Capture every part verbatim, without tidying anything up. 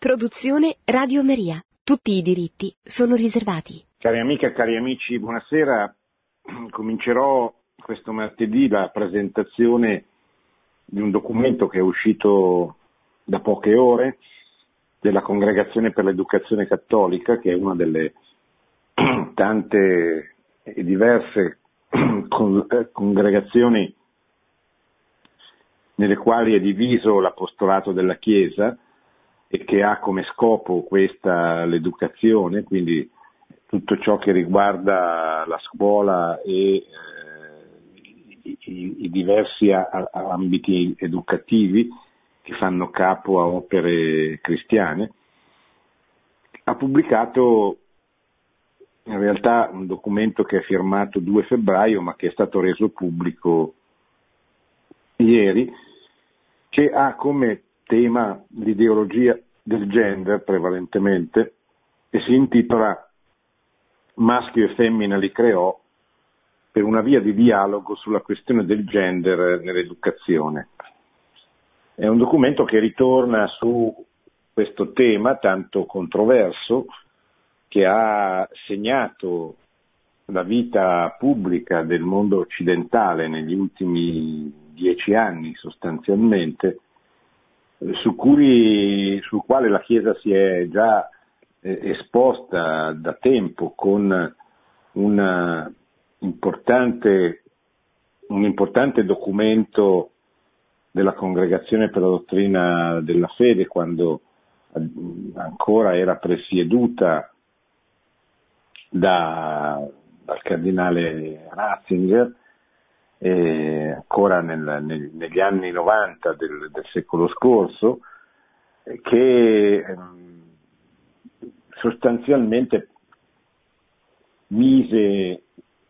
Produzione Radio Maria. Tutti i diritti sono riservati. Cari amiche e cari amici, buonasera. Comincerò questo martedì la presentazione di un documento che è uscito da poche ore della Congregazione per l'Educazione Cattolica, che è una delle tante e diverse congregazioni nelle quali è diviso l'apostolato della Chiesa e che ha come scopo questa l'educazione, quindi tutto ciò che riguarda la scuola e eh, i, i diversi a, a ambiti educativi che fanno capo a opere cristiane. Ha pubblicato in realtà un documento che è firmato due febbraio, ma che è stato reso pubblico ieri, che ha come tema l'ideologia del gender prevalentemente e si intitola Maschio e femmina li creò, per una via di dialogo sulla questione del gender nell'educazione. È un documento che ritorna su questo tema tanto controverso, che ha segnato la vita pubblica del mondo occidentale negli ultimi dieci anni sostanzialmente, su cui, sul quale la Chiesa si è già eh, esposta da tempo con una importante, un importante documento della Congregazione per la Dottrina della Fede, quando ancora era presieduta da, dal cardinale Ratzinger, eh, ancora nel, nel, negli anni novanta del, del secolo scorso, eh, che eh, sostanzialmente mise,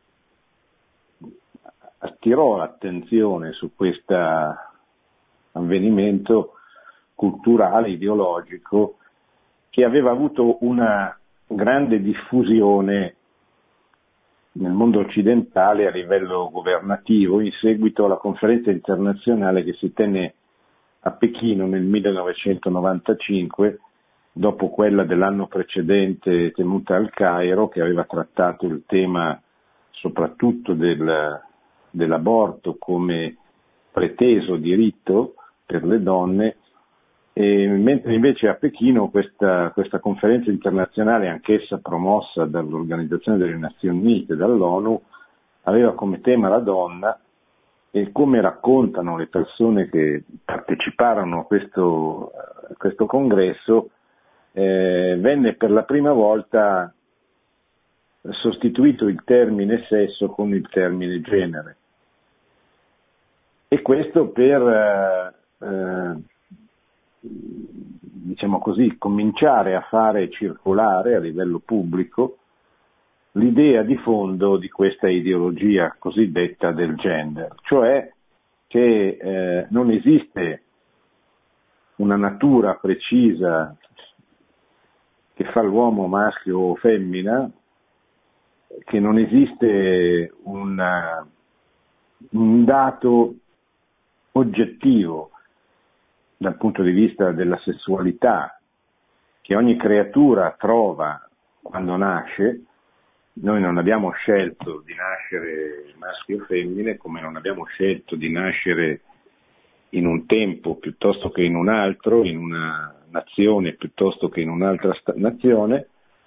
attirò l'attenzione su questo avvenimento culturale, ideologico, che aveva avuto una grande diffusione nel mondo occidentale a livello governativo in seguito alla conferenza internazionale che si tenne a Pechino nel millenovecentonovantacinque, dopo quella dell'anno precedente tenuta al Cairo, che aveva trattato il tema soprattutto del, dell'aborto come preteso diritto per le donne. E mentre invece a Pechino questa, questa conferenza internazionale, anch'essa promossa dall'Organizzazione delle Nazioni Unite, dall'ONU, aveva come tema la donna, e come raccontano le persone che parteciparono a questo, a questo congresso, eh, venne per la prima volta sostituito il termine sesso con il termine genere. E questo per eh, diciamo così, cominciare a fare circolare a livello pubblico l'idea di fondo di questa ideologia cosiddetta del gender, cioè che eh, non esiste una natura precisa che fa l'uomo maschio o femmina, che non esiste una, un dato oggettivo dal punto di vista della sessualità che ogni creatura trova quando nasce. Noi non abbiamo scelto di nascere maschio o femmine, come non abbiamo scelto di nascere in un tempo piuttosto che in un altro, in una nazione piuttosto che in un'altra sta- nazione,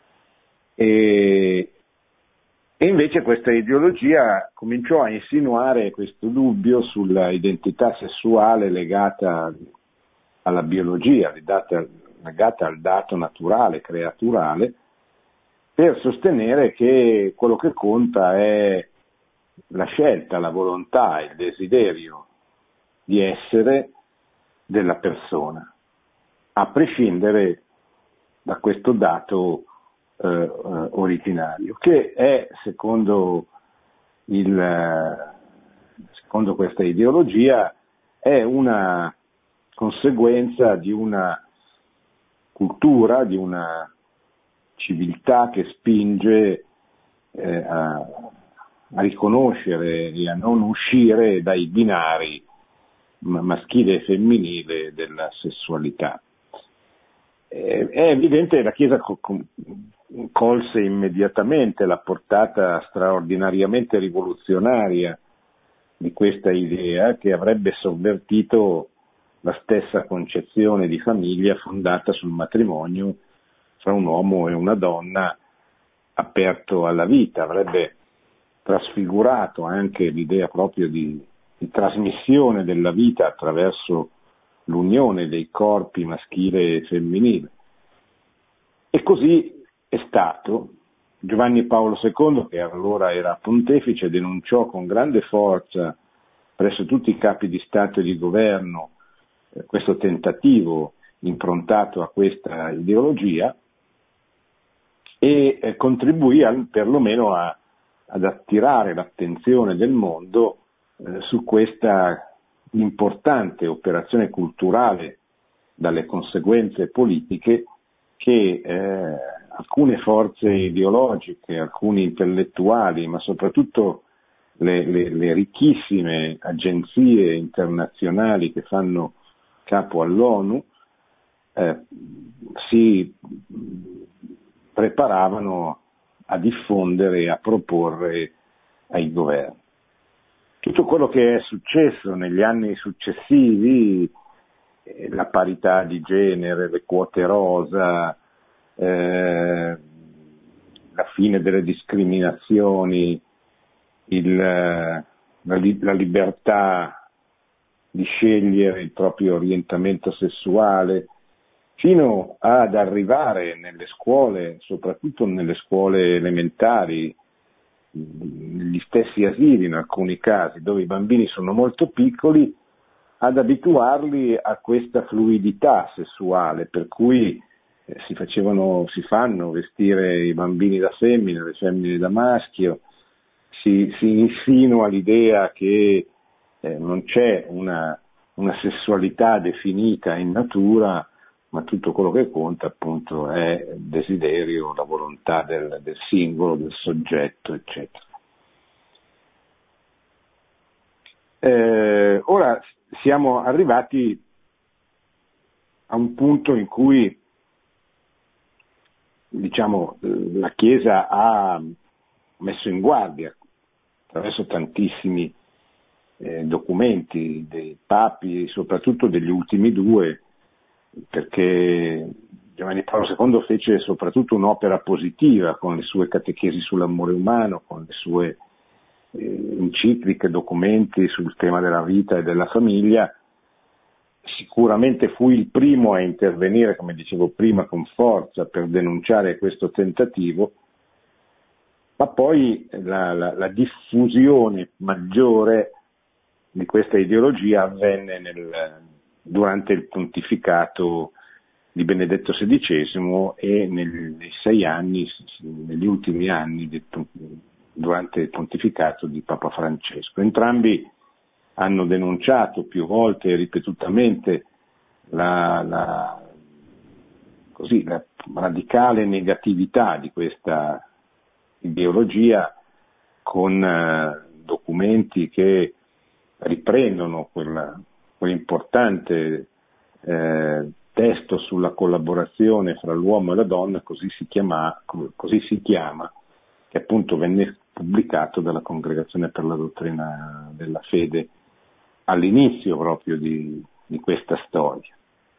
e, e invece questa ideologia cominciò a insinuare questo dubbio sulla identità sessuale legata alla biologia, legata, legata al dato naturale, creaturale, per sostenere che quello che conta è la scelta, la volontà, il desiderio di essere della persona, a prescindere da questo dato eh, eh, originario, che è, secondo, il, secondo questa ideologia, è una conseguenza di una cultura, di una civiltà che spinge eh, a, a riconoscere e a non uscire dai binari maschile e femminile della sessualità. Eh, è evidente che la Chiesa co- co- colse immediatamente la portata straordinariamente rivoluzionaria di questa idea, che avrebbe sovvertito la stessa concezione di famiglia fondata sul matrimonio fra un uomo e una donna aperto alla vita, avrebbe trasfigurato anche l'idea proprio di, di trasmissione della vita attraverso l'unione dei corpi maschile e femminile. E così è stato. Giovanni Paolo secondo, che allora era pontefice, denunciò con grande forza presso tutti i capi di Stato e di governo eh, questo tentativo improntato a questa ideologia e eh, contribuì al, perlomeno a, ad attirare l'attenzione del mondo eh, su questa importante operazione culturale dalle conseguenze politiche che eh, alcune forze ideologiche, alcuni intellettuali, ma soprattutto le, le, le ricchissime agenzie internazionali che fanno capo all'ONU eh, si preparavano a diffondere e a proporre ai governi. Tutto quello che è successo negli anni successivi, eh, la parità di genere, le quote rosa, eh, la fine delle discriminazioni, il, la, la libertà di scegliere il proprio orientamento sessuale, fino ad arrivare nelle scuole, soprattutto nelle scuole elementari, negli stessi asili in alcuni casi, dove i bambini sono molto piccoli, ad abituarli a questa fluidità sessuale, per cui eh, si facevano, si fanno vestire i bambini da femmina, le femmine da maschio, si, si insinua l'idea che eh, non c'è una, una sessualità definita in natura, ma tutto quello che conta appunto è il desiderio, la volontà del, del singolo, del soggetto, eccetera. Eh, ora siamo arrivati a un punto in cui, diciamo, la Chiesa ha messo in guardia, attraverso tantissimi eh, documenti dei papi, soprattutto degli ultimi due, perché Giovanni Paolo secondo fece soprattutto un'opera positiva con le sue catechesi sull'amore umano, con le sue eh, encicliche, documenti sul tema della vita e della famiglia. Sicuramente fu il primo a intervenire, come dicevo prima, con forza per denunciare questo tentativo, ma poi la, la, la diffusione maggiore di questa ideologia avvenne nel durante il pontificato di Benedetto sedicesimo e nei sei anni, negli ultimi anni, di, durante il pontificato di Papa Francesco. Entrambi hanno denunciato più volte e ripetutamente la, la, così, la radicale negatività di questa ideologia, con eh, documenti che riprendono quella quell'importante eh, testo sulla collaborazione fra l'uomo e la donna, così si chiama, così si chiama, che appunto venne pubblicato dalla Congregazione per la Dottrina della Fede all'inizio proprio di, di questa storia.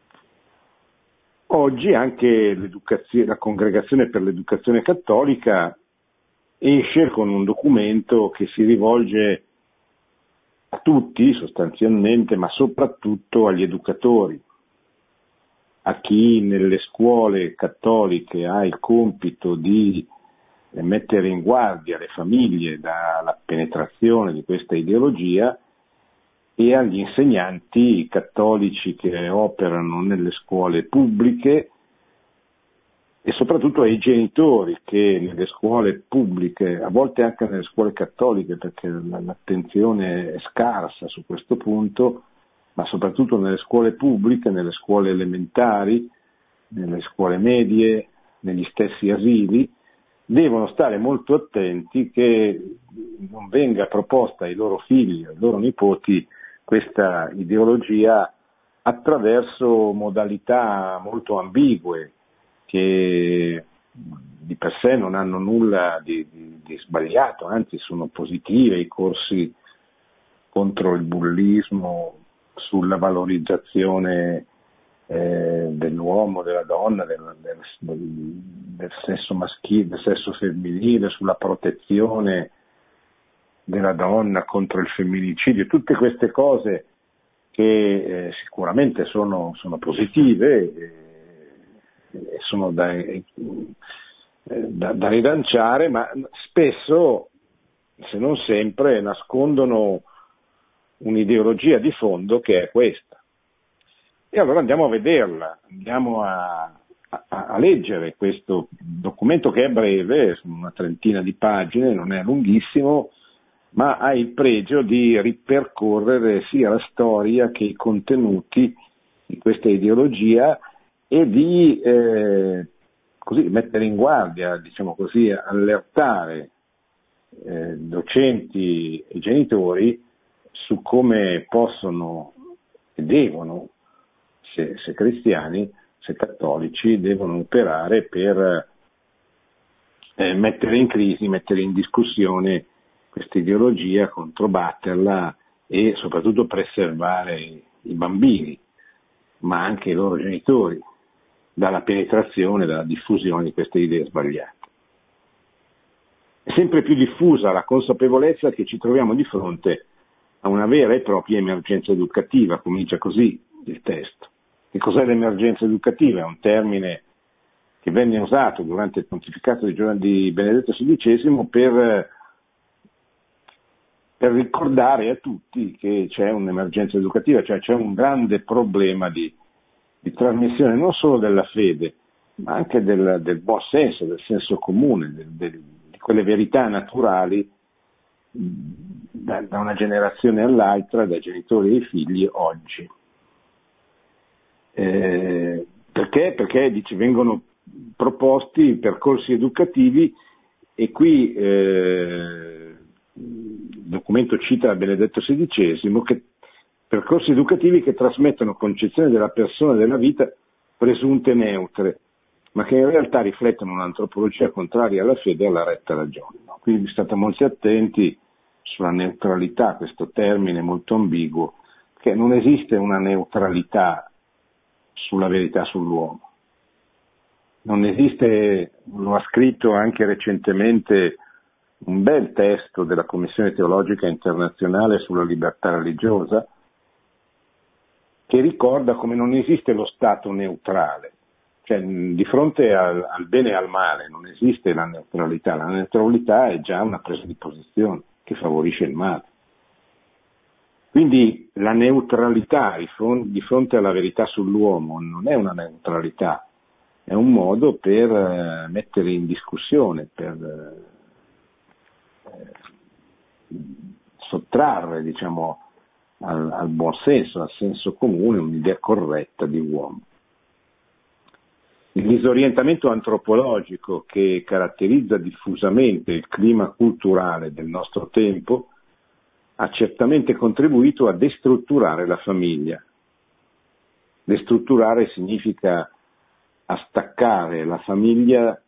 Oggi anche la Congregazione per l'Educazione Cattolica esce con un documento che si rivolge a tutti sostanzialmente, ma soprattutto agli educatori, a chi nelle scuole cattoliche ha il compito di mettere in guardia le famiglie dalla penetrazione di questa ideologia, e agli insegnanti cattolici che operano nelle scuole pubbliche, e soprattutto ai genitori che nelle scuole pubbliche, a volte anche nelle scuole cattoliche, perché l'attenzione è scarsa su questo punto, ma soprattutto nelle scuole pubbliche, nelle scuole elementari, nelle scuole medie, negli stessi asili, devono stare molto attenti che non venga proposta ai loro figli, ai loro nipoti, questa ideologia attraverso modalità molto ambigue, che di per sé non hanno nulla di, di, di sbagliato, anzi sono positive, i corsi contro il bullismo, sulla valorizzazione eh, dell'uomo, della donna, del, del, del, del sesso maschile, del sesso femminile, sulla protezione della donna contro il femminicidio, tutte queste cose che eh, sicuramente sono, sono positive e, e sono da, eh, da, da rilanciare, ma spesso, se non sempre, nascondono un'ideologia di fondo che è questa. E allora andiamo a vederla, andiamo a, a, a leggere questo documento che è breve, sono una trentina di pagine, non è lunghissimo, ma ha il pregio di ripercorrere sia la storia che i contenuti di questa ideologia e di eh, così mettere in guardia, diciamo così, allertare eh, docenti e genitori su come possono e devono, se, se cristiani, se cattolici, devono operare per eh, mettere in crisi, mettere in discussione questa ideologia, controbatterla e soprattutto preservare i bambini, ma anche i loro genitori, dalla penetrazione, dalla diffusione di queste idee sbagliate. È sempre più diffusa la consapevolezza che ci troviamo di fronte a una vera e propria emergenza educativa, comincia così il testo. Che cos'è l'emergenza educativa? È un termine che venne usato durante il pontificato di, di Benedetto sedicesimo per per ricordare a tutti che c'è un'emergenza educativa, cioè c'è un grande problema di, di trasmissione non solo della fede, ma anche del, del buon senso, del senso comune, del, del, di quelle verità naturali da, da una generazione all'altra, dai genitori ai figli oggi. Eh, perché? Perché dice, vengono proposti percorsi educativi e qui eh, il documento cita Benedetto sedicesimo, che percorsi educativi che trasmettono concezioni della persona e della vita presunte neutre, ma che in realtà riflettono un'antropologia contraria alla fede e alla retta ragione. No? Quindi state molto attenti sulla neutralità, questo termine molto ambiguo, che non esiste una neutralità sulla verità sull'uomo. Non esiste, lo ha scritto anche recentemente un bel testo della Commissione Teologica Internazionale sulla libertà religiosa, che ricorda come non esiste lo Stato neutrale, cioè di fronte al, al bene e al male non esiste la neutralità, la neutralità è già una presa di posizione che favorisce il male. Quindi la neutralità di fronte alla verità sull'uomo non è una neutralità, è un modo per mettere in discussione, per sottrarre, diciamo, al, al buon senso, al senso comune, un'idea corretta di uomo. Il disorientamento antropologico che caratterizza diffusamente il clima culturale del nostro tempo ha certamente contribuito a destrutturare la famiglia. Destrutturare significa a staccare la famiglia,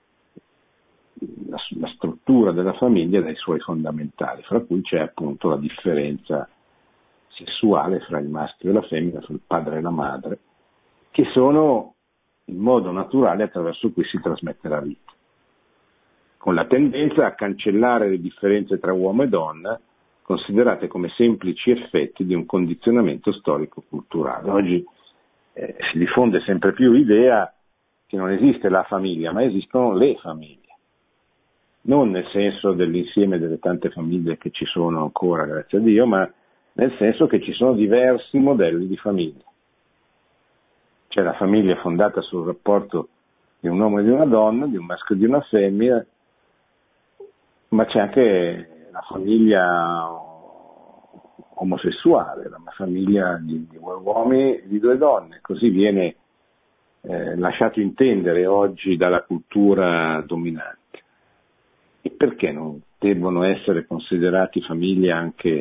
la, la struttura della famiglia dai suoi fondamentali, fra cui c'è appunto la differenza sessuale fra il maschio e la femmina, fra il padre e la madre, che sono il modo naturale attraverso cui si trasmette la vita, con la tendenza a cancellare le differenze tra uomo e donna, considerate come semplici effetti di un condizionamento storico-culturale. Oggi eh, si diffonde sempre più l'idea che non esiste la famiglia, ma esistono le famiglie. Non nel senso dell'insieme delle tante famiglie che ci sono ancora, grazie a Dio, ma nel senso che ci sono diversi modelli di famiglia. C'è la famiglia fondata sul rapporto di un uomo e di una donna, di un maschio e di una femmina, ma c'è anche la famiglia omosessuale, la famiglia di, di due uomini e di due donne. Così viene eh, lasciato intendere oggi dalla cultura dominante. E perché non devono essere considerati famiglie anche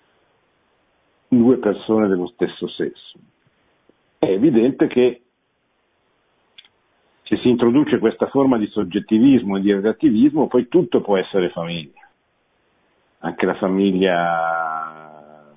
due persone dello stesso sesso? È evidente che se si introduce questa forma di soggettivismo e di relativismo, poi tutto può essere famiglia, anche la famiglia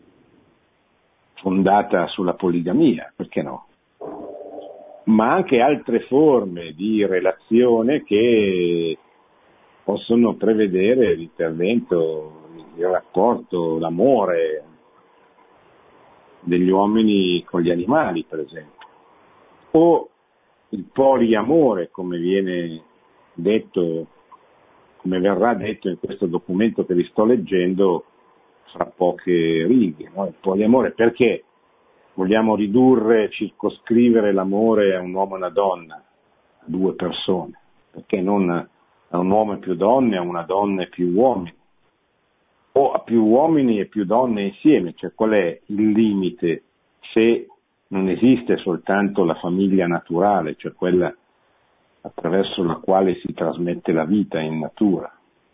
fondata sulla poligamia, perché no? Ma anche altre forme di relazione che possono prevedere l'intervento, il rapporto, l'amore degli uomini con gli animali, per esempio, o il poliamore, come viene detto, come verrà detto in questo documento che vi sto leggendo fra poche righe, no? Il poliamore, perché vogliamo ridurre, circoscrivere l'amore a un uomo e una donna, a due persone, perché non a un uomo e più donne, a una donna e più uomini, o a più uomini e più donne insieme, cioè qual è il limite se non esiste soltanto la famiglia naturale, cioè quella attraverso la quale si trasmette la vita in natura.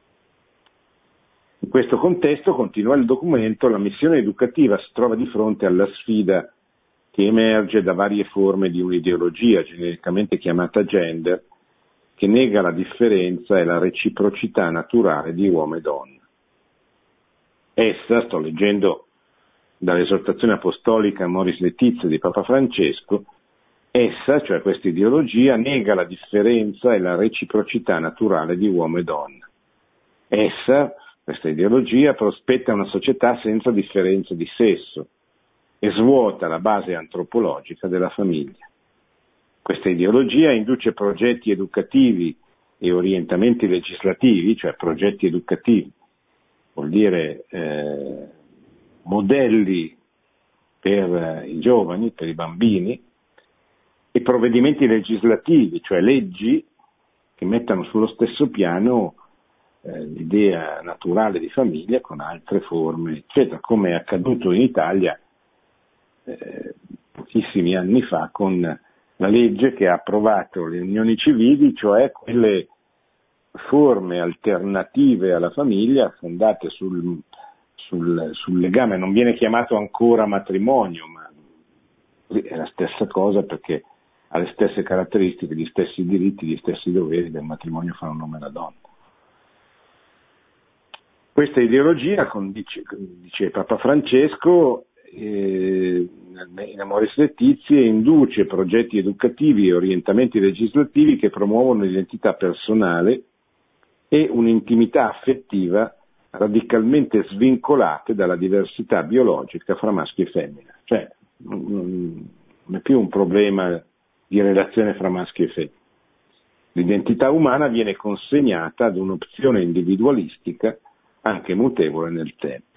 In questo contesto, continua il documento, la missione educativa si trova di fronte alla sfida che emerge da varie forme di un'ideologia, genericamente chiamata gender, che nega la differenza e la reciprocità naturale di uomo e donna. Essa, sto leggendo dall'esortazione apostolica Amoris Laetitia di Papa Francesco, essa, cioè questa ideologia, nega la differenza e la reciprocità naturale di uomo e donna. Essa, questa ideologia, prospetta una società senza differenza di sesso e svuota la base antropologica della famiglia. Questa ideologia induce progetti educativi e orientamenti legislativi, cioè progetti educativi, vuol dire eh, modelli per i giovani, per i bambini, e provvedimenti legislativi, cioè leggi che mettano sullo stesso piano eh, l'idea naturale di famiglia con altre forme, eccetera, come è accaduto in Italia eh, pochissimi anni fa con la legge che ha approvato le unioni civili, cioè quelle forme alternative alla famiglia fondate sul, sul, sul legame, non viene chiamato ancora matrimonio, ma è la stessa cosa perché ha le stesse caratteristiche, gli stessi diritti, gli stessi doveri del matrimonio fra un uomo e una donna. Questa ideologia, dice, dice Papa Francesco, eh, in Amoris Laetitia, induce progetti educativi e orientamenti legislativi che promuovono l'identità personale e un'intimità affettiva radicalmente svincolate dalla diversità biologica fra maschio e femmina. Cioè, non è più un problema di relazione fra maschio e femmina. L'identità umana viene consegnata ad un'opzione individualistica anche mutevole nel tempo.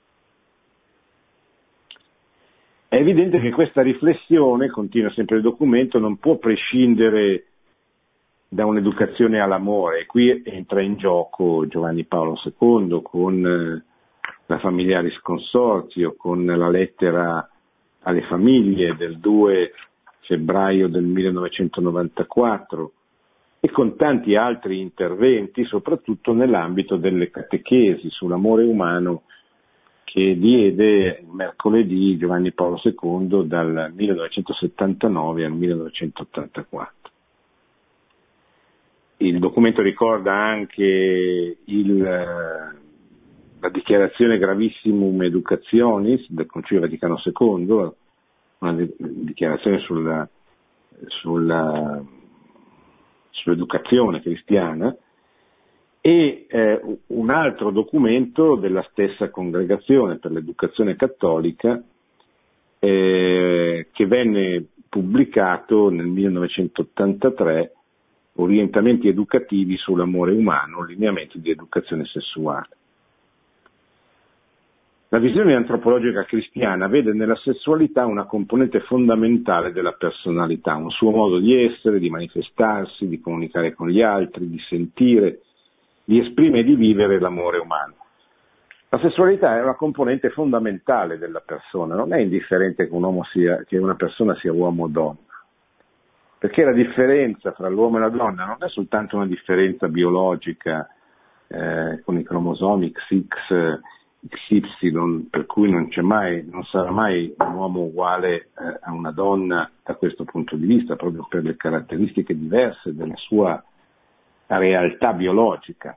È evidente che questa riflessione, continua sempre il documento, non può prescindere da un'educazione all'amore, e qui entra in gioco Giovanni Paolo secondo con la Familiaris Consortio, con la lettera alle famiglie del due febbraio del millenovecentonovantaquattro e con tanti altri interventi, soprattutto nell'ambito delle catechesi sull'amore umano che diede mercoledì Giovanni Paolo secondo dal millenovecentosettantanove al millenovecentottantaquattro. Il documento ricorda anche il, la dichiarazione Gravissimum Educationis del Concilio Vaticano secondo, una dichiarazione sulla, sulla, sull'educazione cristiana, e eh, un altro documento della stessa Congregazione per l'Educazione Cattolica eh, che venne pubblicato nel millenovecentottantatré, Orientamenti educativi sull'amore umano, lineamenti di educazione sessuale. La visione antropologica cristiana vede nella sessualità una componente fondamentale della personalità, un suo modo di essere, di manifestarsi, di comunicare con gli altri, di sentire, di esprimere e di vivere l'amore umano. La sessualità è una componente fondamentale della persona, non è indifferente che un uomo sia, che una persona sia uomo o donna, perché la differenza fra l'uomo e la donna non è soltanto una differenza biologica eh, con i cromosomi X X X Y, per cui non c'è mai, non sarà mai un uomo uguale eh, a una donna da questo punto di vista, proprio per le caratteristiche diverse della sua realtà biologica.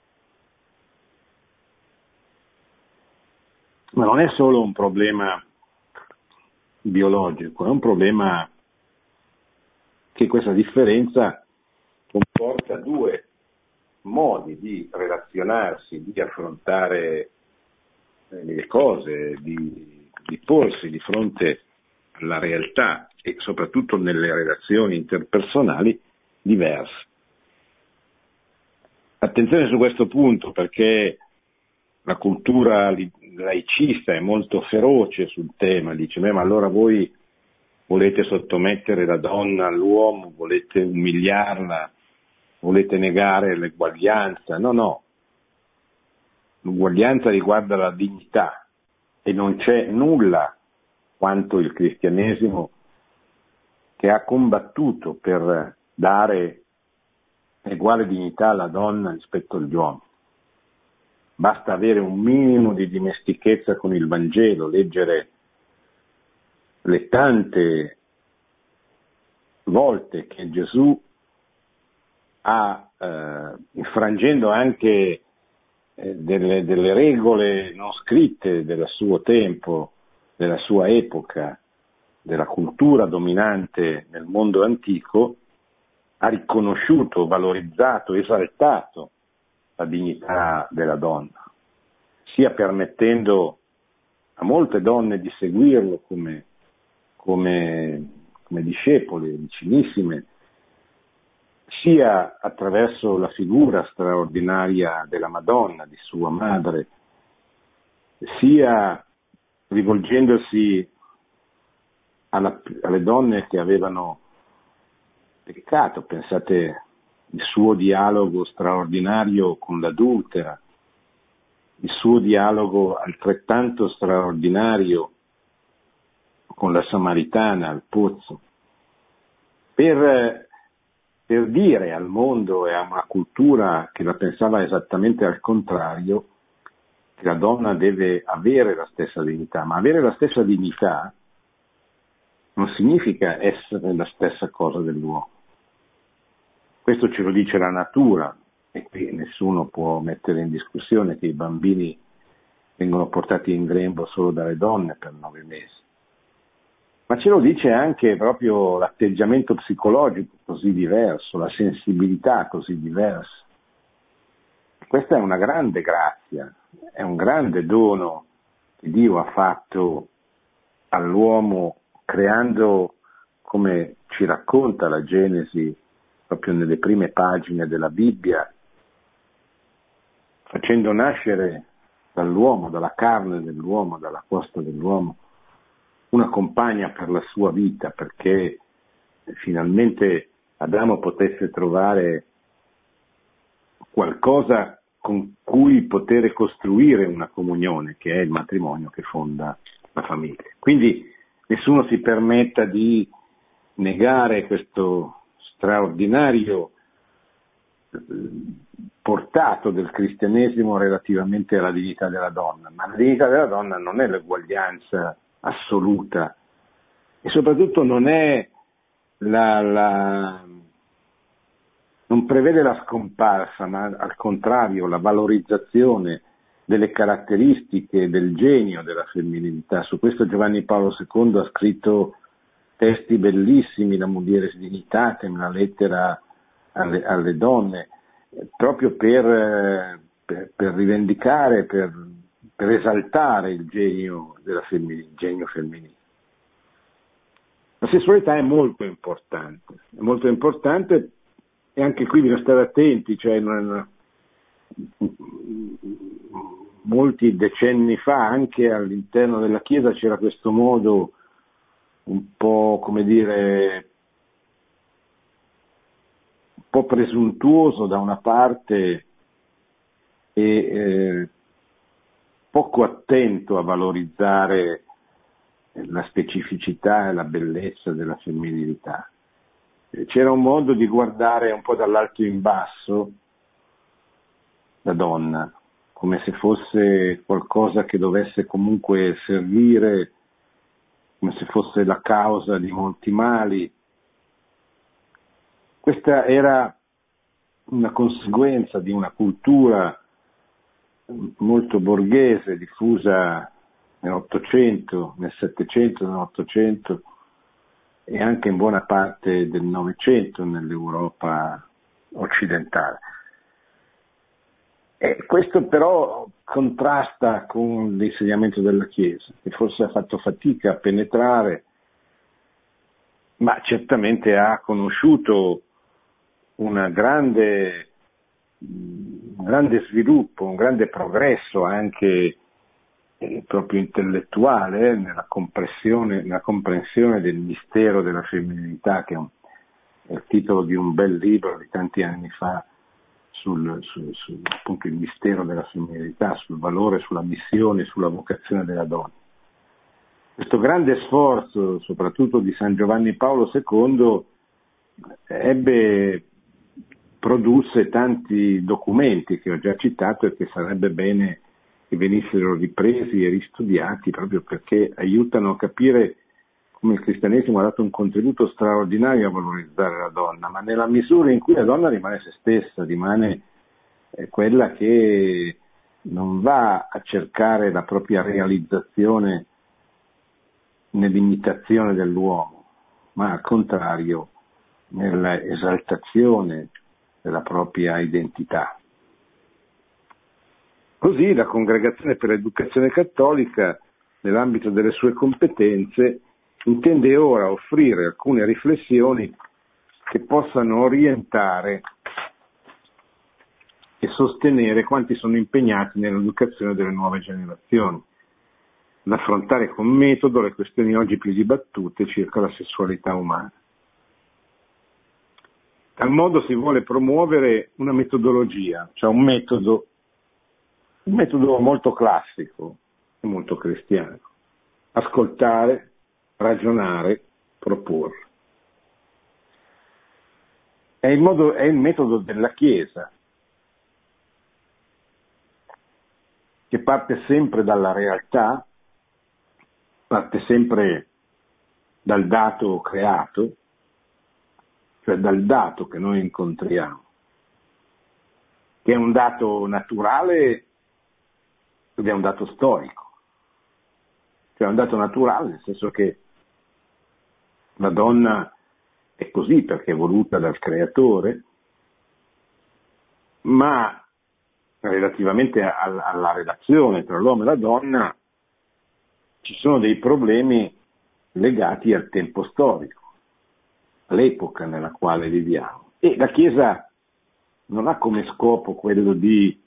Ma non è solo un problema biologico, è un problema che questa differenza comporta due modi di relazionarsi, di affrontare le cose, di, di porsi di fronte alla realtà e soprattutto nelle relazioni interpersonali diverse. Attenzione su questo punto, perché la cultura laicista è molto feroce sul tema, dice ma allora voi volete sottomettere la donna all'uomo, volete umiliarla, volete negare l'eguaglianza. No, no, l'uguaglianza riguarda la dignità e non c'è nulla quanto il cristianesimo che ha combattuto per dare uguale dignità alla donna rispetto agli uomini. Basta avere un minimo di dimestichezza con il Vangelo, leggere le tante volte che Gesù ha, eh, infrangendo anche eh, delle, delle regole non scritte del suo tempo, della sua epoca, della cultura dominante nel mondo antico, ha riconosciuto, valorizzato, esaltato la dignità della donna, sia permettendo a molte donne di seguirlo come, come, come discepoli vicinissime, sia attraverso la figura straordinaria della Madonna, di sua madre, sia rivolgendosi alla, alle donne che avevano peccato. Pensate il suo dialogo straordinario con l'adultera, il suo dialogo altrettanto straordinario con la Samaritana al pozzo, per, per dire al mondo e a una cultura che la pensava esattamente al contrario, che la donna deve avere la stessa dignità, ma avere la stessa dignità non significa essere la stessa cosa dell'uomo. Questo ce lo dice la natura, e qui nessuno può mettere in discussione che i bambini vengono portati in grembo solo dalle donne per nove mesi. Ma ce lo dice anche proprio l'atteggiamento psicologico così diverso, la sensibilità così diversa. Questa è una grande grazia, è un grande dono che Dio ha fatto all'uomo, creando, come ci racconta la Genesi, proprio nelle prime pagine della Bibbia, facendo nascere dall'uomo, dalla carne dell'uomo, dalla costa dell'uomo, una compagna per la sua vita, perché finalmente Adamo potesse trovare qualcosa con cui poter costruire una comunione, che è il matrimonio che fonda la famiglia. Quindi nessuno si permetta di negare questo straordinario portato del cristianesimo relativamente alla dignità della donna, ma la dignità della donna non è l'eguaglianza assoluta e soprattutto non è la, la non prevede la scomparsa, ma al contrario la valorizzazione delle caratteristiche del genio della femminilità. Su questo Giovanni Paolo secondo ha scritto testi bellissimi, la Mulieris Dignitatem, una lettera alle, alle donne, proprio per, per, per rivendicare, per, per esaltare il genio della femminile, il genio femminile. La sessualità è molto importante, è molto importante e anche qui bisogna stare attenti, cioè non, molti decenni fa anche all'interno della Chiesa c'era questo modo un po', come dire, un po' presuntuoso da una parte e eh, poco attento a valorizzare la specificità e la bellezza della femminilità. C'era un modo di guardare un po' dall'alto in basso la donna, come se fosse qualcosa che dovesse comunque servire, come se fosse la causa di molti mali. Questa era una conseguenza di una cultura molto borghese, diffusa nell'Ottocento, nel Settecento, nell'Ottocento e anche in buona parte del Novecento nell'Europa occidentale. E questo però contrasta con l'insegnamento della Chiesa, che forse ha fatto fatica a penetrare, ma certamente ha conosciuto una grande, un grande sviluppo, un grande progresso anche eh, proprio intellettuale eh, nella comprensione, nella comprensione del mistero della femminilità, che è, un, è il titolo di un bel libro di tanti anni fa sul, sul, sul appunto il mistero della femminilità, sul valore, sulla missione, sulla vocazione della donna. Questo grande sforzo, soprattutto di San Giovanni Paolo secondo, ebbe produsse tanti documenti che ho già citato e che sarebbe bene che venissero ripresi e ristudiati proprio perché aiutano a capire come il cristianesimo ha dato un contributo straordinario a valorizzare la donna, ma nella misura in cui la donna rimane se stessa, rimane eh, quella che non va a cercare la propria realizzazione nell'imitazione dell'uomo, ma al contrario nella esaltazione della propria identità. Così la Congregazione per l'Educazione Cattolica, nell'ambito delle sue competenze, intende ora offrire alcune riflessioni che possano orientare e sostenere quanti sono impegnati nell'educazione delle nuove generazioni, ad affrontare con metodo le questioni oggi più dibattute circa la sessualità umana. In tal modo si vuole promuovere una metodologia, cioè un metodo, un metodo molto classico e molto cristiano. Ascoltare, ragionare, proporre. È il, modo, è il metodo della Chiesa, che parte sempre dalla realtà, parte sempre dal dato creato, cioè dal dato che noi incontriamo, che è un dato naturale ed è un dato storico, cioè è un dato naturale nel senso che la donna è così perché è voluta dal creatore, ma relativamente alla relazione tra l'uomo e la donna ci sono dei problemi legati al tempo storico, all'epoca nella quale viviamo. E la Chiesa non ha come scopo quello di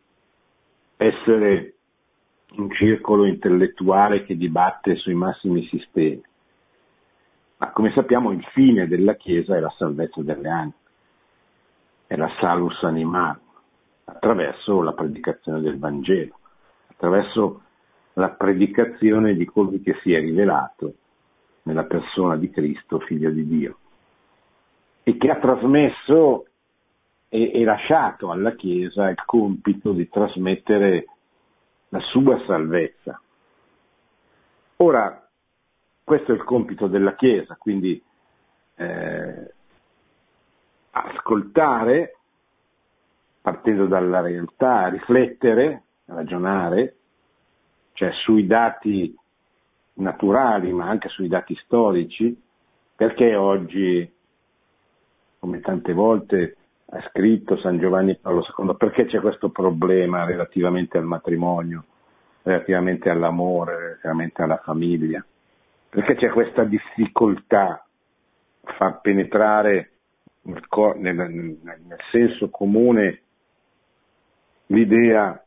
essere un circolo intellettuale che dibatte sui massimi sistemi, ma come sappiamo il fine della Chiesa è la salvezza delle anime, è la salus animarum, attraverso la predicazione del Vangelo, attraverso la predicazione di colui che si è rivelato nella persona di Cristo, Figlio di Dio, e che ha trasmesso e, e lasciato alla Chiesa il compito di trasmettere la sua salvezza. Ora, questo è il compito della Chiesa, quindi eh, ascoltare, partendo dalla realtà, riflettere, ragionare, cioè sui dati naturali ma anche sui dati storici, perché oggi, come tante volte ha scritto San Giovanni Paolo secondo, perché c'è questo problema relativamente al matrimonio, relativamente all'amore, relativamente alla famiglia, perché c'è questa difficoltà a far penetrare nel, nel, nel senso comune l'idea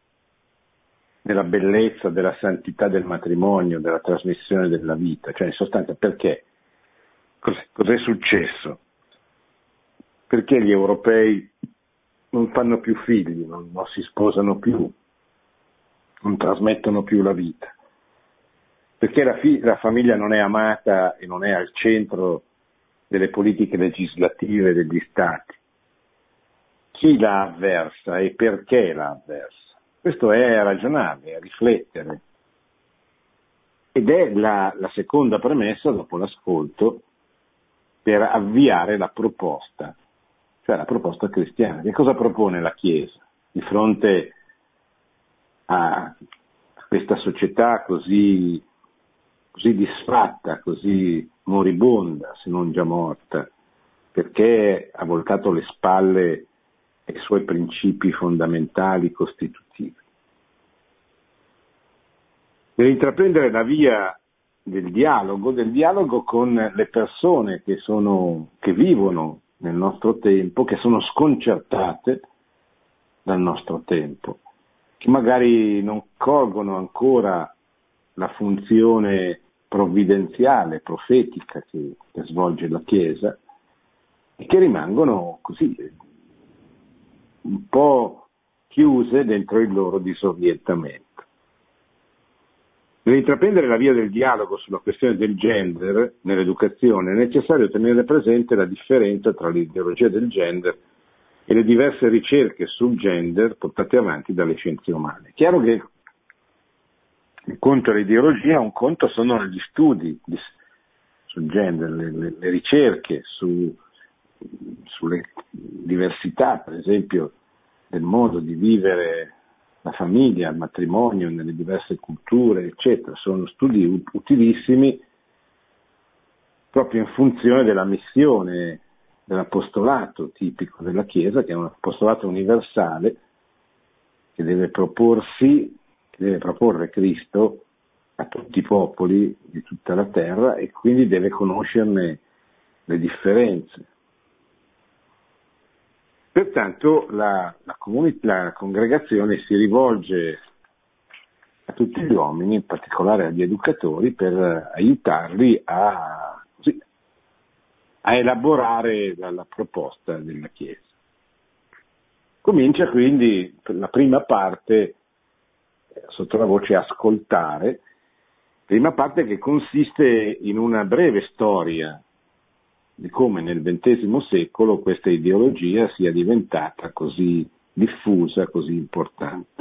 della bellezza, della santità del matrimonio, della trasmissione della vita, cioè in sostanza perché? Cos- cos'è successo? Perché gli europei non fanno più figli, non, non si sposano più, non trasmettono più la vita? Perché la, fi- la famiglia non è amata e non è al centro delle politiche legislative degli stati? Chi la avversa e perché la avversa? Questo è ragionare, è riflettere. Ed è la, la seconda premessa, dopo l'ascolto, per avviare la proposta, cioè la proposta cristiana. Che cosa propone la Chiesa di fronte a questa società così, così disfatta, così moribonda, se non già morta, perché ha voltato le spalle ai suoi principi fondamentali costitutivi? Per intraprendere la via del dialogo, del dialogo con le persone che sono, che vivono nel nostro tempo, che sono sconcertate dal nostro tempo, che magari non colgono ancora la funzione provvidenziale, profetica che, che svolge la Chiesa, e che rimangono così un po' chiuse dentro il loro disorientamento. Per intraprendere la via del dialogo sulla questione del gender nell'educazione è necessario tenere presente la differenza tra l'ideologia del gender e le diverse ricerche sul gender portate avanti dalle scienze umane. È chiaro che un conto è l'ideologia, un conto sono gli studi sul gender, le, le, le ricerche su, sulle diversità, per esempio, del modo di vivere la famiglia, il matrimonio nelle diverse culture, eccetera. Sono studi utilissimi proprio in funzione della missione dell'apostolato tipico della Chiesa, che è un apostolato universale che deve proporsi, che deve proporre Cristo a tutti i popoli di tutta la terra e quindi deve conoscerne le differenze. Pertanto la, la, comuni- la congregazione si rivolge a tutti gli uomini, in particolare agli educatori, per aiutarli a, così, a elaborare la, la proposta della Chiesa. Comincia quindi la prima parte, sotto la voce ascoltare, prima parte che consiste in una breve storia di come nel ventesimo secolo questa ideologia sia diventata così diffusa, così importante.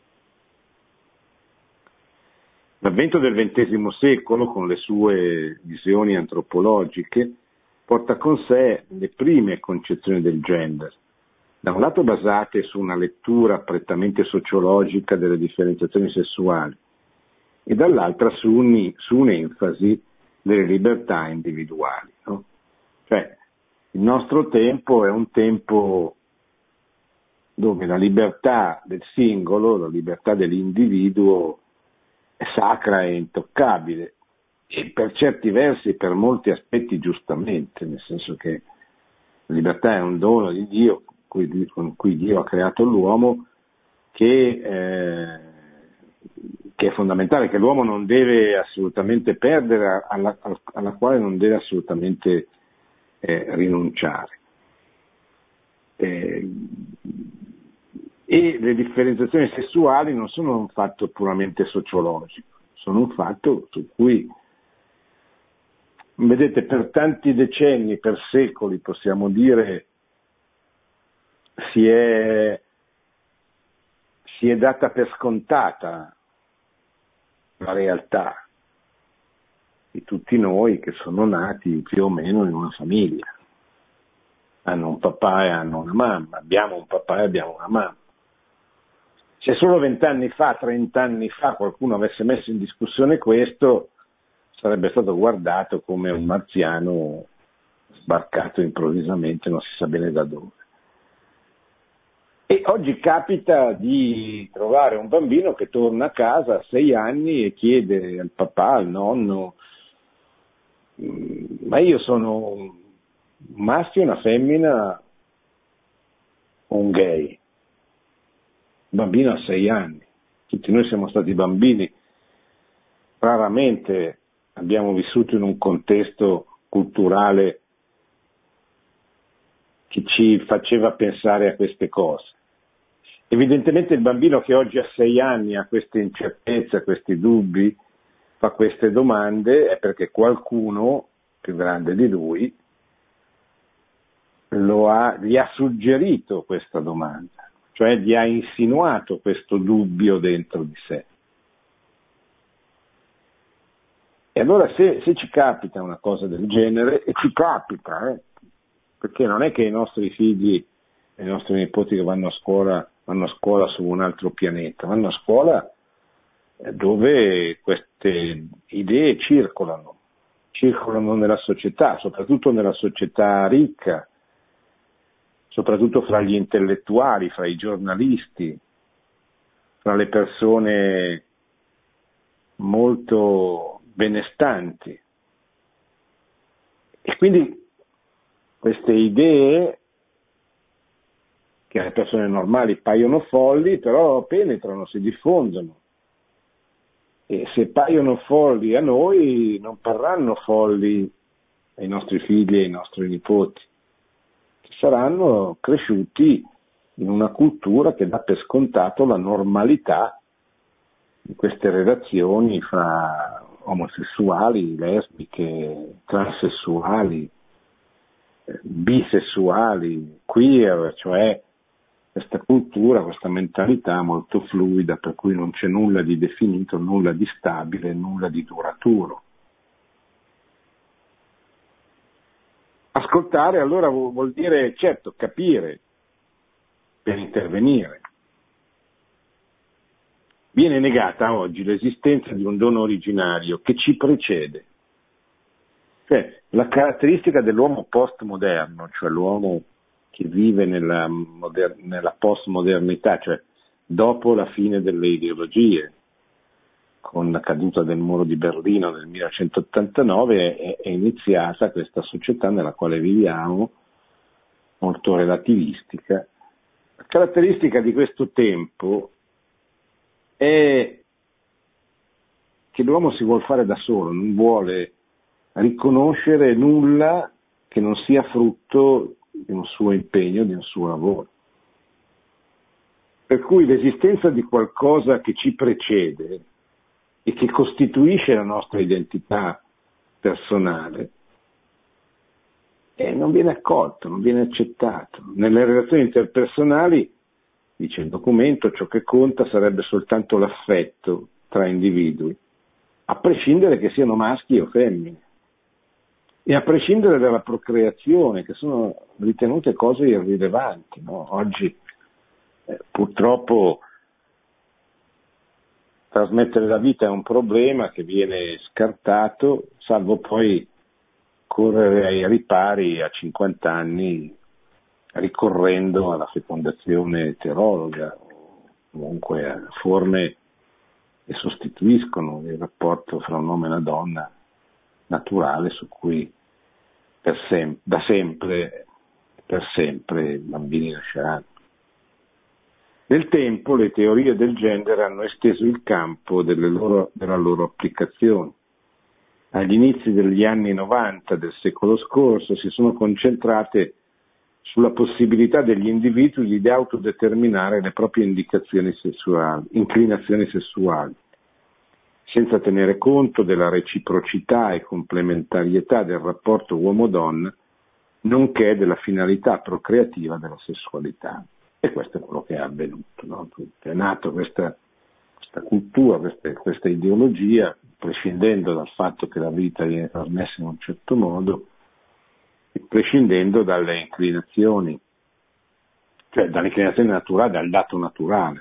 L'avvento del ventesimo secolo, con le sue visioni antropologiche, porta con sé le prime concezioni del gender, da un lato basate su una lettura prettamente sociologica delle differenziazioni sessuali e dall'altra su, un, su un'enfasi delle libertà individuali, no? Cioè, il nostro tempo è un tempo dove la libertà del singolo, la libertà dell'individuo è sacra e intoccabile, e per certi versi, per molti aspetti giustamente, nel senso che la libertà è un dono di Dio, con cui Dio ha creato l'uomo, che, eh, che è fondamentale, che l'uomo non deve assolutamente perdere, alla, alla quale non deve assolutamente Eh, rinunciare. Eh, e le differenziazioni sessuali non sono un fatto puramente sociologico, sono un fatto su cui, vedete, per tanti decenni, per secoli, possiamo dire, si è, si è data per scontata la realtà di tutti noi che sono nati più o meno in una famiglia. Hanno un papà e hanno una mamma, abbiamo un papà e abbiamo una mamma. Se solo vent'anni fa, trent'anni fa qualcuno avesse messo in discussione questo, sarebbe stato guardato come un marziano sbarcato improvvisamente, non si sa bene da dove. E oggi capita di trovare un bambino che torna a casa a sei anni e chiede al papà, al nonno: ma io sono un maschio, una femmina o un gay? Un bambino a sei anni. Tutti noi siamo stati bambini, raramente abbiamo vissuto in un contesto culturale che ci faceva pensare a queste cose. Evidentemente il bambino che oggi ha sei anni ha queste incertezze, questi dubbi, fa queste domande, è perché qualcuno più grande di lui lo ha, gli ha suggerito questa domanda. cioè gli ha insinuato questo dubbio dentro di sé. E allora se, se ci capita una cosa del genere, e ci capita, eh, perché non è che i nostri figli e i nostri nipoti che vanno a scuola, vanno a scuola su un altro pianeta, vanno a scuola dove queste idee circolano, circolano nella società, soprattutto nella società ricca, soprattutto fra gli intellettuali, fra i giornalisti, fra le persone molto benestanti. E quindi queste idee, che alle persone normali paiono folli, però penetrano, si diffondono. E se paiono folli a noi, non parranno folli ai nostri figli e ai nostri nipoti, che saranno cresciuti in una cultura che dà per scontato la normalità di queste relazioni fra omosessuali, lesbiche, transessuali, bisessuali, queer, cioè questa cultura, questa mentalità molto fluida, per cui non c'è nulla di definito, nulla di stabile, nulla di duraturo. Ascoltare allora vuol dire, certo, capire per intervenire. Viene negata oggi l'esistenza di un dono originario che ci precede. Cioè, la caratteristica dell'uomo postmoderno, cioè l'uomo che vive nella, moder- nella postmodernità, cioè dopo la fine delle ideologie, con la caduta del muro di Berlino nel millenovecentottantanove, è, è iniziata questa società nella quale viviamo, molto relativistica. La caratteristica di questo tempo è che l'uomo si vuole fare da solo, non vuole riconoscere nulla che non sia frutto di un suo impegno, di un suo lavoro. Per cui l'esistenza di qualcosa che ci precede e che costituisce la nostra identità personale eh, non viene accolto, non viene accettato. Nelle relazioni interpersonali, dice il documento, ciò che conta sarebbe soltanto l'affetto tra individui, a prescindere che siano maschi o femmine. E a prescindere dalla procreazione, che sono ritenute cose irrilevanti, no? Oggi eh, purtroppo trasmettere la vita è un problema che viene scartato, salvo poi correre ai ripari a cinquanta anni ricorrendo alla fecondazione eterologa, o comunque a forme che sostituiscono il rapporto fra un uomo e una donna naturale su cui per sem- da sempre, per sempre i bambini nasceranno. Nel tempo le teorie del genere hanno esteso il campo delle loro, della loro applicazione. Agli inizi degli anni novanta del secolo scorso si sono concentrate sulla possibilità degli individui di autodeterminare le proprie indicazioni sessuali, inclinazioni sessuali, senza tenere conto della reciprocità e complementarietà del rapporto uomo-donna, nonché della finalità procreativa della sessualità. E questo è quello che è avvenuto, no? È nata questa, questa cultura, questa, questa ideologia, prescindendo dal fatto che la vita viene trasmessa in un certo modo, e prescindendo dalle inclinazioni, cioè dalle inclinazioni naturali, dal dato naturale.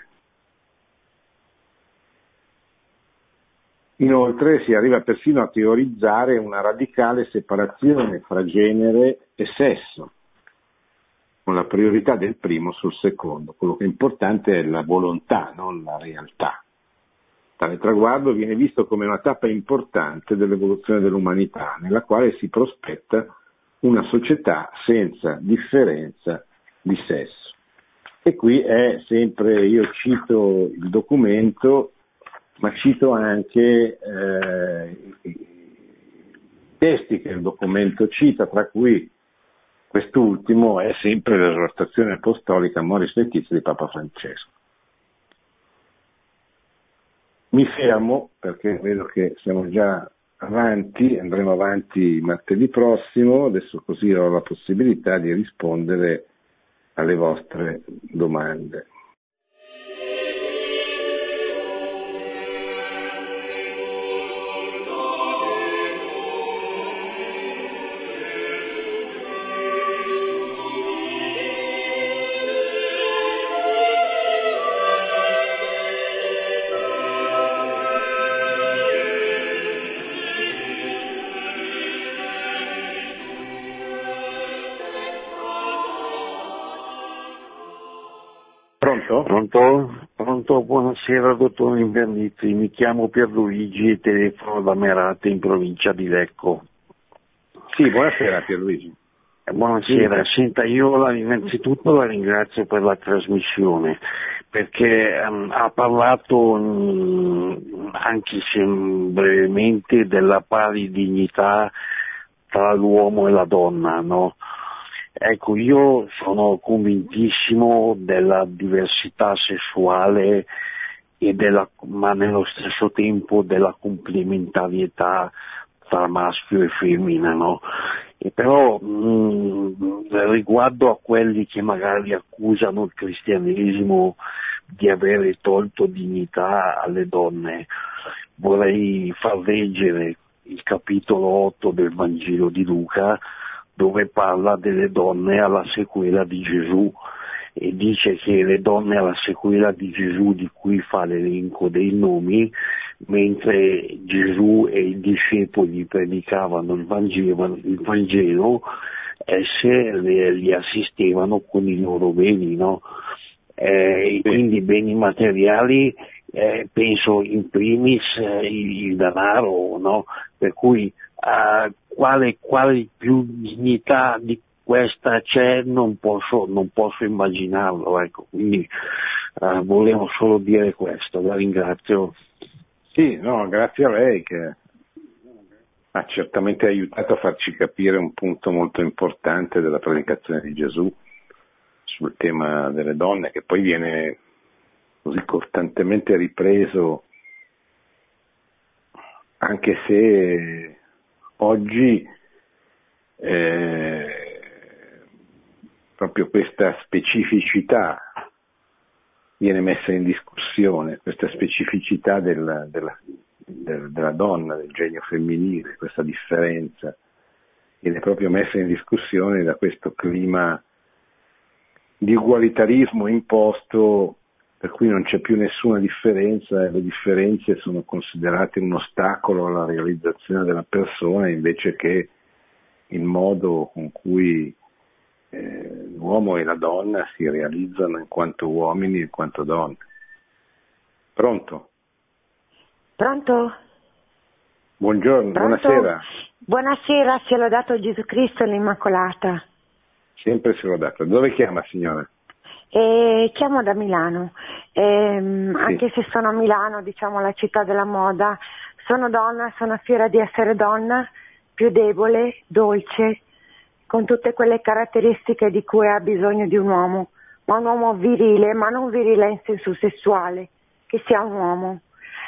Inoltre si arriva persino a teorizzare una radicale separazione fra genere e sesso, con la priorità del primo sul secondo. Quello che è importante è la volontà, non la realtà. Tale traguardo viene visto come una tappa importante dell'evoluzione dell'umanità, nella quale si prospetta una società senza differenza di sesso. E qui è sempre, io cito il documento, ma cito anche eh, i testi che il documento cita, tra cui quest'ultimo è sempre l'esortazione apostolica Amoris Laetitia di Papa Francesco. Mi fermo perché vedo che siamo già avanti, andremo avanti martedì prossimo, adesso così ho la possibilità di rispondere alle vostre domande. Pronto? Pronto? Pronto? Buonasera dottor Invernizzi, mi chiamo Pierluigi e telefono da Merate in provincia di Lecco. Sì, buonasera Pierluigi. Buonasera, sì. Senta, io la, innanzitutto la ringrazio per la trasmissione, perché um, ha parlato um, anche se brevemente della pari dignità tra l'uomo e la donna, no? Ecco, io sono convintissimo della diversità sessuale e della, ma nello stesso tempo della complementarietà tra maschio e femmina, no? E però mh, riguardo a quelli che magari accusano il cristianesimo di avere tolto dignità alle donne, vorrei far leggere il capitolo otto del Vangelo di Luca, dove parla delle donne alla sequela di Gesù e dice che le donne alla sequela di Gesù, di cui fa l'elenco dei nomi, mentre Gesù e i discepoli predicavano il Vangelo, il Vangelo esse le, li assistevano con i loro beni, no? Eh, sì. Quindi beni materiali, eh, penso in primis eh, il, il denaro, no? Per cui eh, quale, quale più dignità di questa c'è non posso, non posso immaginarlo, ecco. Quindi eh, volevo solo dire questo, la ringrazio. Sì, no, grazie a lei che ha certamente aiutato a farci capire un punto molto importante della predicazione di Gesù sul tema delle donne, che poi viene così costantemente ripreso, anche se oggi eh, proprio questa specificità viene messa in discussione, questa specificità del, della, del, della donna, del genio femminile, questa differenza viene proprio messa in discussione da questo clima di ugualitarismo imposto, per cui non c'è più nessuna differenza e le differenze sono considerate un ostacolo alla realizzazione della persona, invece che il modo con cui eh, l'uomo e la donna si realizzano in quanto uomini e in quanto donne. Pronto? Pronto? Buongiorno, Pronto? buonasera. Buonasera, sia lodato Gesù Cristo l'Immacolata. Sempre sia lodato. Dove chiama, signora? E chiamo da Milano, ehm, Sì. Anche se sono a Milano, diciamo la città della moda, sono donna, sono fiera di essere donna, più debole, dolce, con tutte quelle caratteristiche di cui ha bisogno di un uomo, ma un uomo virile, ma non virile in senso sessuale, che sia un uomo.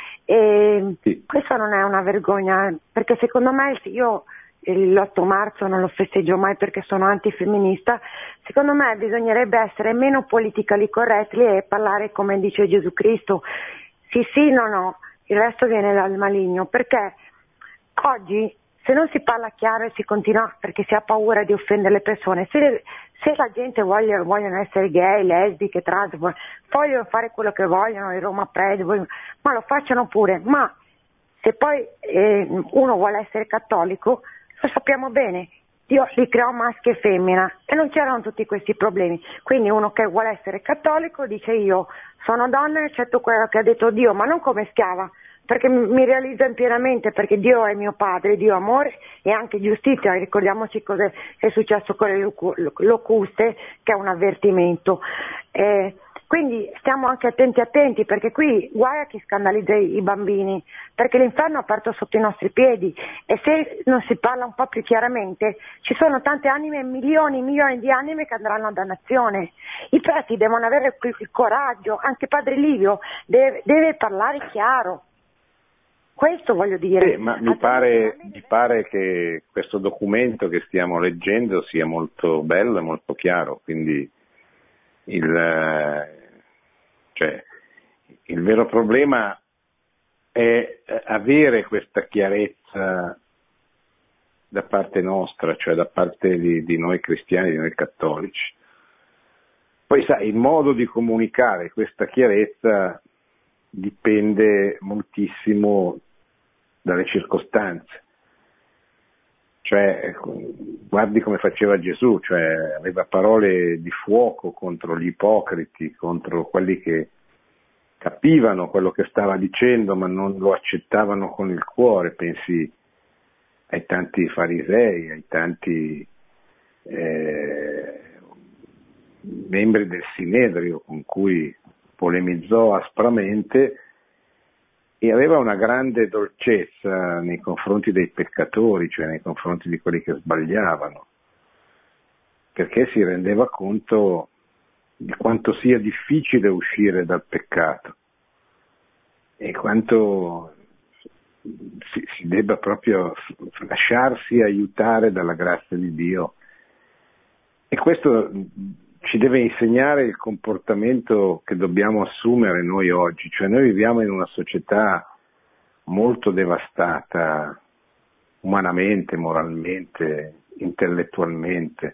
E Sì. Questa non è una vergogna, perché secondo me io l'otto marzo non lo festeggio mai perché sono antifemminista, secondo me bisognerebbe essere meno politically correct e parlare come dice Gesù Cristo, sì sì, no no, il resto viene dal maligno, perché oggi se non si parla chiaro e si continua perché si ha paura di offendere le persone, se, se la gente voglia, vogliono essere gay, lesbiche, trans, vogliono fare quello che vogliono, il Roma Pride, ma lo facciano pure, ma se poi eh, uno vuole essere cattolico, lo sappiamo bene, Dio li creò maschi e femmina e non c'erano tutti questi problemi, quindi uno che vuole essere cattolico dice io sono donna e accetto quello che ha detto Dio, ma non come schiava, perché mi realizzo pienamente, perché Dio è mio padre, Dio è amore e anche giustizia, ricordiamoci cosa è successo con le locuste, che è un avvertimento. Eh, Quindi stiamo anche attenti attenti, perché qui guai a chi scandalizza i bambini, perché l'inferno è aperto sotto i nostri piedi e se non si parla un po' più chiaramente ci sono tante anime, milioni e milioni di anime che andranno a dannazione. I preti devono avere il coraggio, anche Padre Livio deve, deve parlare chiaro. Questo voglio dire. Eh, ma mi pare, mi pare che questo documento che stiamo leggendo sia molto bello e molto chiaro, quindi il... Cioè, il vero problema è avere questa chiarezza da parte nostra, cioè da parte di, di noi cristiani, di noi cattolici. Poi sai, il modo di comunicare questa chiarezza dipende moltissimo dalle circostanze. Cioè, guardi come faceva Gesù, cioè aveva parole di fuoco contro gli ipocriti, contro quelli che capivano quello che stava dicendo ma non lo accettavano con il cuore. Pensi ai tanti farisei, ai tanti eh, membri del Sinedrio con cui polemizzò aspramente, e aveva una grande dolcezza nei confronti dei peccatori, cioè nei confronti di quelli che sbagliavano, perché si rendeva conto di quanto sia difficile uscire dal peccato e quanto si, si debba proprio lasciarsi aiutare dalla grazia di Dio. E questo ci deve insegnare il comportamento che dobbiamo assumere noi oggi, cioè noi viviamo in una società molto devastata umanamente, moralmente, intellettualmente,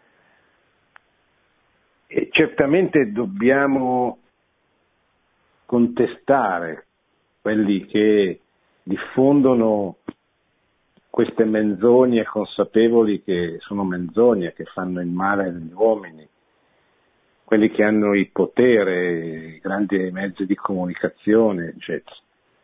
e certamente dobbiamo contestare quelli che diffondono queste menzogne consapevoli che sono menzogne, che fanno il male agli uomini, quelli che hanno il potere, i grandi mezzi di comunicazione, eccetera.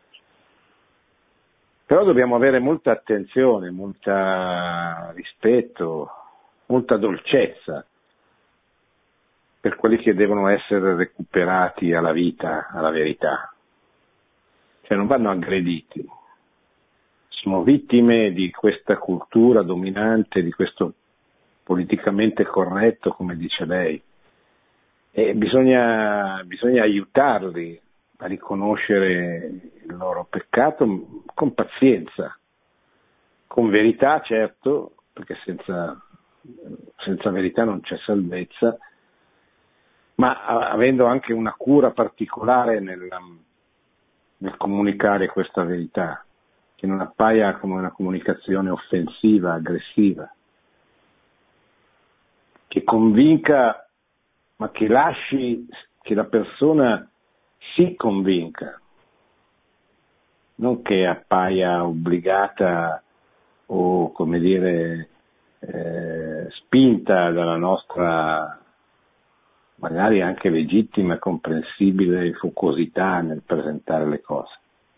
Però dobbiamo avere molta attenzione, molto rispetto, molta dolcezza per quelli che devono essere recuperati alla vita, alla verità. Cioè non vanno aggrediti, sono vittime di questa cultura dominante, di questo politicamente corretto, come dice lei. E bisogna, bisogna aiutarli a riconoscere il loro peccato con pazienza, con verità certo, perché senza, senza verità non c'è salvezza, ma avendo anche una cura particolare nel, nel comunicare questa verità, che non appaia come una comunicazione offensiva, aggressiva, che convinca, ma che lasci che la persona si convinca, non che appaia obbligata o, come dire, eh, spinta dalla nostra magari anche legittima e comprensibile focosità nel presentare le cose.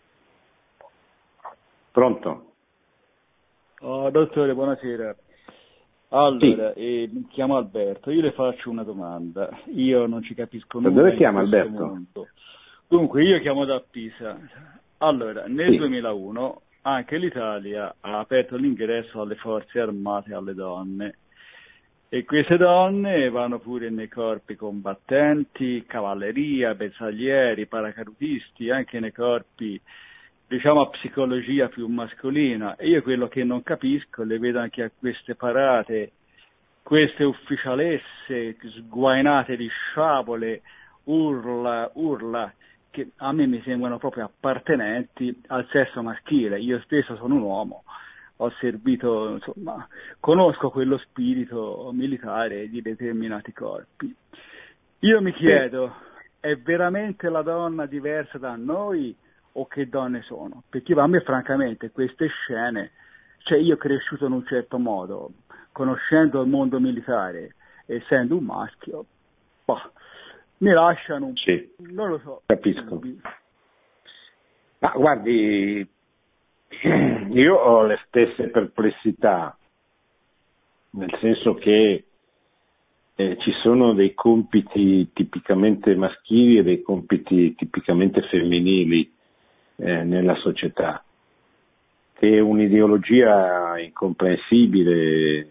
Pronto? Oh, dottore, buonasera. Allora, sì. eh, mi chiamo Alberto, io le faccio una domanda, io non ci capisco nulla. Da dove chiama Alberto? Mondo. Dunque, io chiamo da Pisa. Allora, nel sì. duemilauno anche l'Italia ha aperto l'ingresso alle forze armate alle donne, e queste donne vanno pure nei corpi combattenti, cavalleria, bersaglieri, paracadutisti, anche nei corpi, diciamo, a psicologia più mascolina. E io quello che non capisco, le vedo anche a queste parate, queste ufficialesse sguainate di sciabole, urla, urla, che a me mi sembrano proprio appartenenti al sesso maschile. Io stesso sono un uomo, ho servito, insomma, conosco quello spirito militare di determinati corpi. Io mi chiedo, è veramente la donna diversa da noi o che donne sono? Perché a me francamente queste scene, cioè io cresciuto in un certo modo, conoscendo il mondo militare, essendo un maschio, bah, mi lasciano un sì, po', non lo so. Capisco. Ma guardi, io ho le stesse perplessità, nel senso che eh, ci sono dei compiti tipicamente maschili e dei compiti tipicamente femminili eh, nella società, che un'ideologia incomprensibile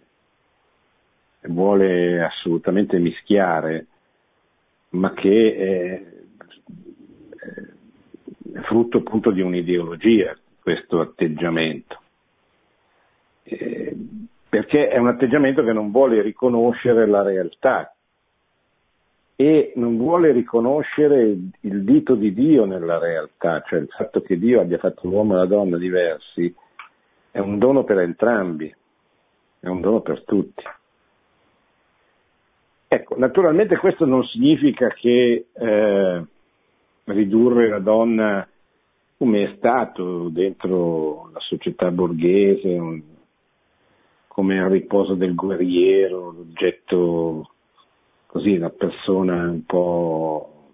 vuole assolutamente mischiare, ma che è, è frutto appunto di un'ideologia, questo atteggiamento, eh, perché è un atteggiamento che non vuole riconoscere la realtà e non vuole riconoscere il dito di Dio nella realtà, cioè il fatto che Dio abbia fatto l'uomo e la donna diversi è un dono per entrambi, è un dono per tutti. Ecco, naturalmente questo non significa che eh, ridurre la donna, come è stato dentro la società borghese, un, come il riposo del guerriero, l'oggetto così, la persona un po',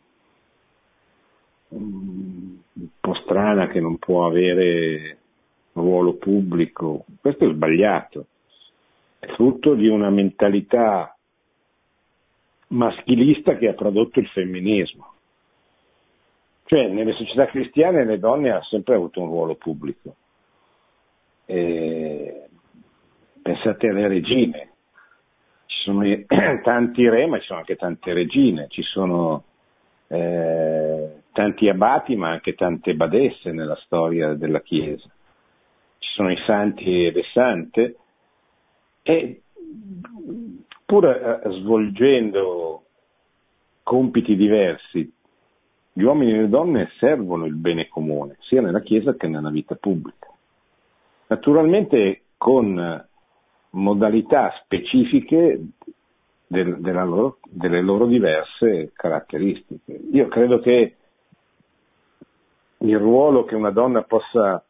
un po' strana che non può avere un ruolo pubblico. Questo è sbagliato, è frutto di una mentalità maschilista che ha prodotto il femminismo. Cioè, nelle società cristiane le donne hanno sempre avuto un ruolo pubblico. E pensate alle regine, ci sono tanti re, ma ci sono anche tante regine, ci sono eh, tanti abati, ma anche tante badesse nella storia della Chiesa. Ci sono i santi e le sante, e pur eh, svolgendo compiti diversi, gli uomini e le donne servono il bene comune, sia nella Chiesa che nella vita pubblica. Naturalmente con modalità specifiche del, della loro, delle loro diverse caratteristiche. Io credo che il ruolo che una donna possa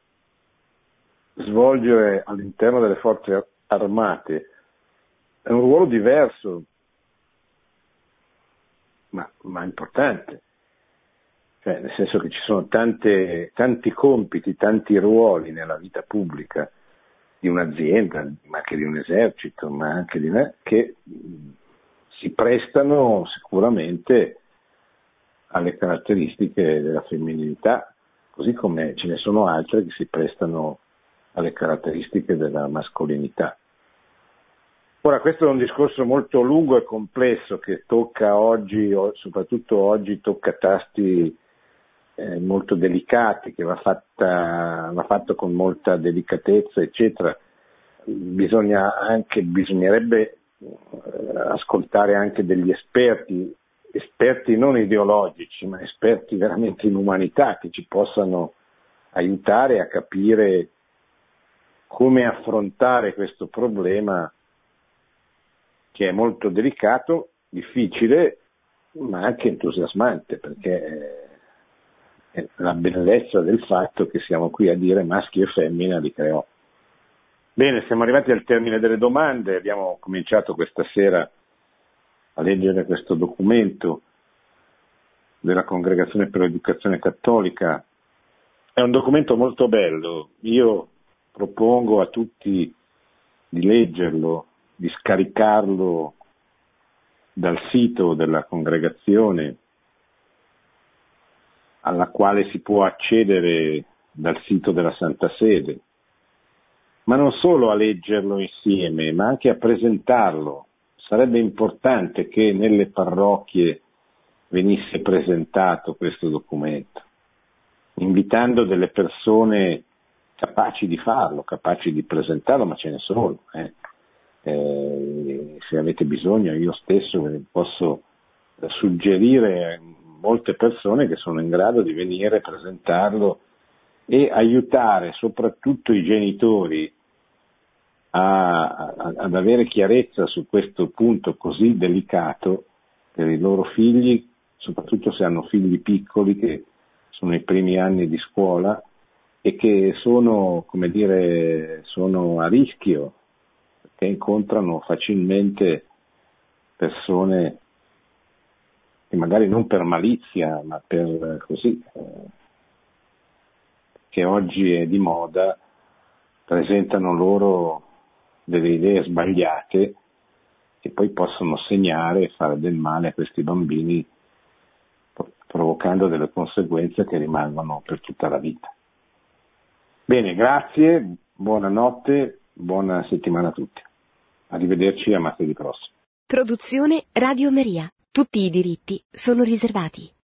svolgere all'interno delle forze armate è un ruolo diverso, ma, ma importante. Cioè, nel senso che ci sono tante, tanti compiti, tanti ruoli nella vita pubblica di un'azienda, ma anche di un esercito, ma anche di me, che si prestano sicuramente alle caratteristiche della femminilità, così come ce ne sono altre che si prestano alle caratteristiche della mascolinità. Ora, questo è un discorso molto lungo e complesso che tocca oggi, soprattutto oggi, tocca tasti eh, molto delicati, che va, fatta, va fatto con molta delicatezza, eccetera. Bisogna anche, bisognerebbe ascoltare anche degli esperti, esperti non ideologici, ma esperti veramente in umanità, che ci possano aiutare a capire come affrontare questo problema, che è molto delicato, difficile, ma anche entusiasmante, perché è la bellezza del fatto che siamo qui a dire maschio e femmina li creò. Bene, siamo arrivati al termine delle domande, abbiamo cominciato questa sera a leggere questo documento della Congregazione per l'Educazione Cattolica. È un documento molto bello, io propongo a tutti di leggerlo, di scaricarlo dal sito della congregazione, alla quale si può accedere dal sito della Santa Sede, ma non solo a leggerlo insieme, ma anche a presentarlo. Sarebbe importante che nelle parrocchie venisse presentato questo documento, invitando delle persone capaci di farlo, capaci di presentarlo, ma ce ne sono. Eh. Eh, se avete bisogno, io stesso posso suggerire molte persone che sono in grado di venire a presentarlo e aiutare soprattutto i genitori a, a, ad avere chiarezza su questo punto così delicato per i loro figli, soprattutto se hanno figli piccoli che sono i primi anni di scuola e che sono, come dire, sono a rischio, perché incontrano facilmente persone che magari non per malizia, ma per così, eh, che oggi è di moda, presentano loro delle idee sbagliate che poi possono segnare e fare del male a questi bambini, provocando delle conseguenze che rimangono per tutta la vita. Bene, grazie, buonanotte, buona settimana a tutti. Arrivederci a martedì prossimo. Produzione Radio Maria. Tutti i diritti sono riservati.